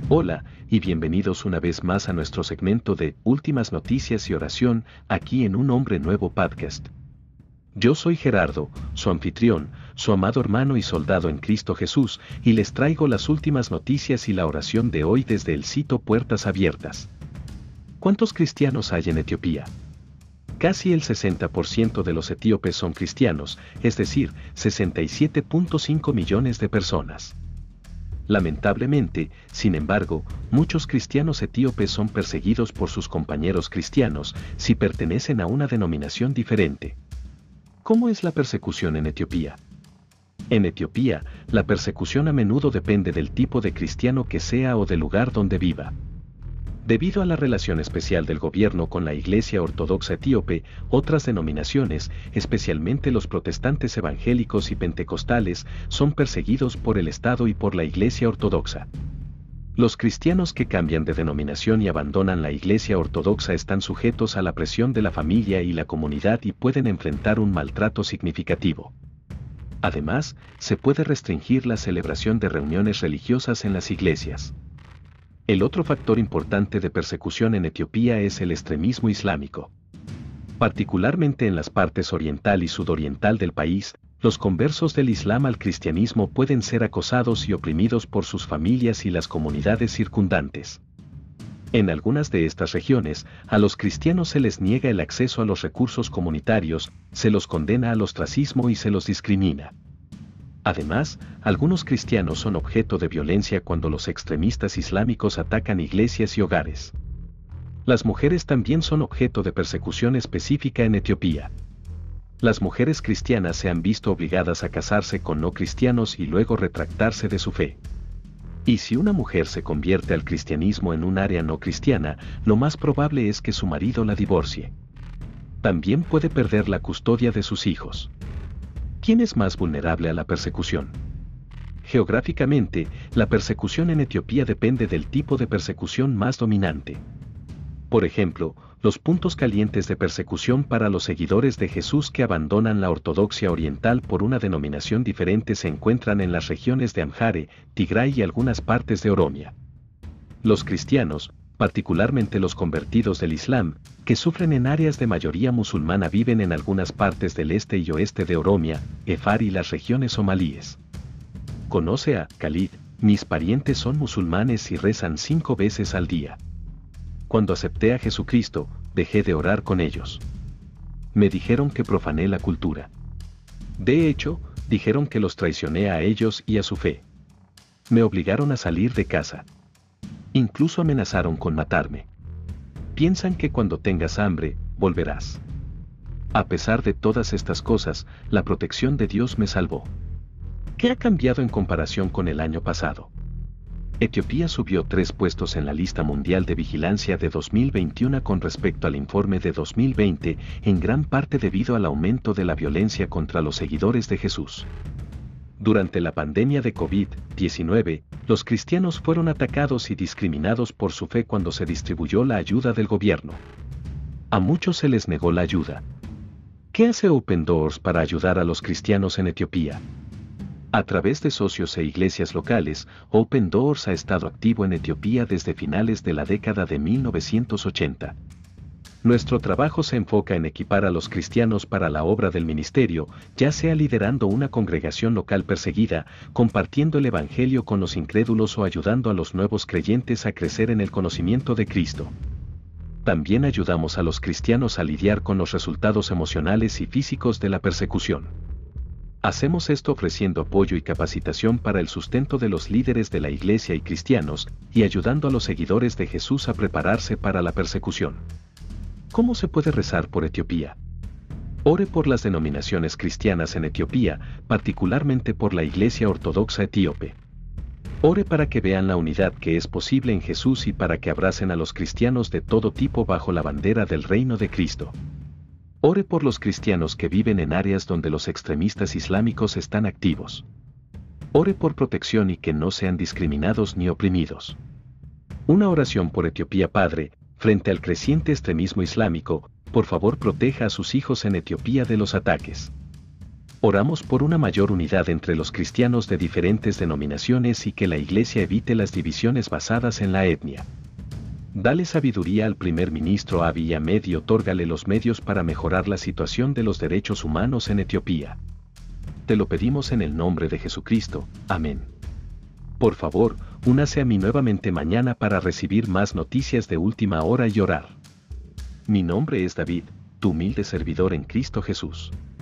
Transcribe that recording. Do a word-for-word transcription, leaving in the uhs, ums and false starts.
Hola, y bienvenidos una vez más a nuestro segmento de Últimas Noticias y Oración, aquí en Un Hombre Nuevo Podcast. Yo soy Gerardo, su anfitrión, su amado hermano y soldado en Cristo Jesús, y les traigo las últimas noticias y la oración de hoy desde el sitio Puertas Abiertas. ¿Cuántos cristianos hay en Etiopía? Casi el sesenta por ciento de los etíopes son cristianos, es decir, sesenta y siete punto cinco millones de personas. Lamentablemente, sin embargo, muchos cristianos etíopes son perseguidos por sus compañeros cristianos si pertenecen a una denominación diferente. ¿Cómo es la persecución en Etiopía? En Etiopía, la persecución a menudo depende del tipo de cristiano que sea o del lugar donde viva. Debido a la relación especial del gobierno con la Iglesia Ortodoxa Etíope, otras denominaciones, especialmente los protestantes evangélicos y pentecostales, son perseguidos por el Estado y por la Iglesia Ortodoxa. Los cristianos que cambian de denominación y abandonan la Iglesia Ortodoxa están sujetos a la presión de la familia y la comunidad y pueden enfrentar un maltrato significativo. Además, se puede restringir la celebración de reuniones religiosas en las iglesias. El otro factor importante de persecución en Etiopía es el extremismo islámico. Particularmente en las partes oriental y sudoriental del país, los conversos del Islam al cristianismo pueden ser acosados y oprimidos por sus familias y las comunidades circundantes. En algunas de estas regiones, a los cristianos se les niega el acceso a los recursos comunitarios, se los condena al ostracismo y se los discrimina. Además, algunos cristianos son objeto de violencia cuando los extremistas islámicos atacan iglesias y hogares. Las mujeres también son objeto de persecución específica en Etiopía. Las mujeres cristianas se han visto obligadas a casarse con no cristianos y luego retractarse de su fe. Y si una mujer se convierte al cristianismo en un área no cristiana, lo más probable es que su marido la divorcie. También puede perder la custodia de sus hijos. ¿Quién es más vulnerable a la persecución? Geográficamente, la persecución en Etiopía depende del tipo de persecución más dominante. Por ejemplo, los puntos calientes de persecución para los seguidores de Jesús que abandonan la ortodoxia oriental por una denominación diferente se encuentran en las regiones de Amhare, Tigray y algunas partes de Oromia. Los cristianos, particularmente los convertidos del Islam, que sufren en áreas de mayoría musulmana viven en algunas partes del este y oeste de Oromia, Efar y las regiones somalíes. Conoce a Khalid, mis parientes son musulmanes y rezan cinco veces al día. Cuando acepté a Jesucristo, dejé de orar con ellos. Me dijeron que profané la cultura. De hecho, dijeron que los traicioné a ellos y a su fe. Me obligaron a salir de casa. Incluso amenazaron con matarme. Piensan que cuando tengas hambre, volverás. A pesar de todas estas cosas, la protección de Dios me salvó. ¿Qué ha cambiado en comparación con el año pasado? Etiopía subió tres puestos en la lista mundial de vigilancia de dos mil veintiuno con respecto al informe de dos mil veinte, en gran parte debido al aumento de la violencia contra los seguidores de Jesús. Durante la pandemia de COVID diecinueve, los cristianos fueron atacados y discriminados por su fe cuando se distribuyó la ayuda del gobierno. A muchos se les negó la ayuda. ¿Qué hace Open Doors para ayudar a los cristianos en Etiopía? A través de socios e iglesias locales, Open Doors ha estado activo en Etiopía desde finales de la década de mil novecientos ochenta. Nuestro trabajo se enfoca en equipar a los cristianos para la obra del ministerio, ya sea liderando una congregación local perseguida, compartiendo el evangelio con los incrédulos o ayudando a los nuevos creyentes a crecer en el conocimiento de Cristo. También ayudamos a los cristianos a lidiar con los resultados emocionales y físicos de la persecución. Hacemos esto ofreciendo apoyo y capacitación para el sustento de los líderes de la iglesia y cristianos, y ayudando a los seguidores de Jesús a prepararse para la persecución. ¿Cómo se puede rezar por Etiopía? Ore por las denominaciones cristianas en Etiopía, particularmente por la Iglesia Ortodoxa Etíope. Ore para que vean la unidad que es posible en Jesús y para que abracen a los cristianos de todo tipo bajo la bandera del reino de Cristo. Ore por los cristianos que viven en áreas donde los extremistas islámicos están activos. Ore por protección y que no sean discriminados ni oprimidos. Una oración por Etiopía. Padre, frente al creciente extremismo islámico, por favor proteja a sus hijos en Etiopía de los ataques. Oramos por una mayor unidad entre los cristianos de diferentes denominaciones y que la Iglesia evite las divisiones basadas en la etnia. Dale sabiduría al primer ministro Abiy Ahmed y otórgale los medios para mejorar la situación de los derechos humanos en Etiopía. Te lo pedimos en el nombre de Jesucristo. Amén. Por favor, únase a mí nuevamente mañana para recibir más noticias de última hora y orar. Mi nombre es David, tu humilde servidor en Cristo Jesús.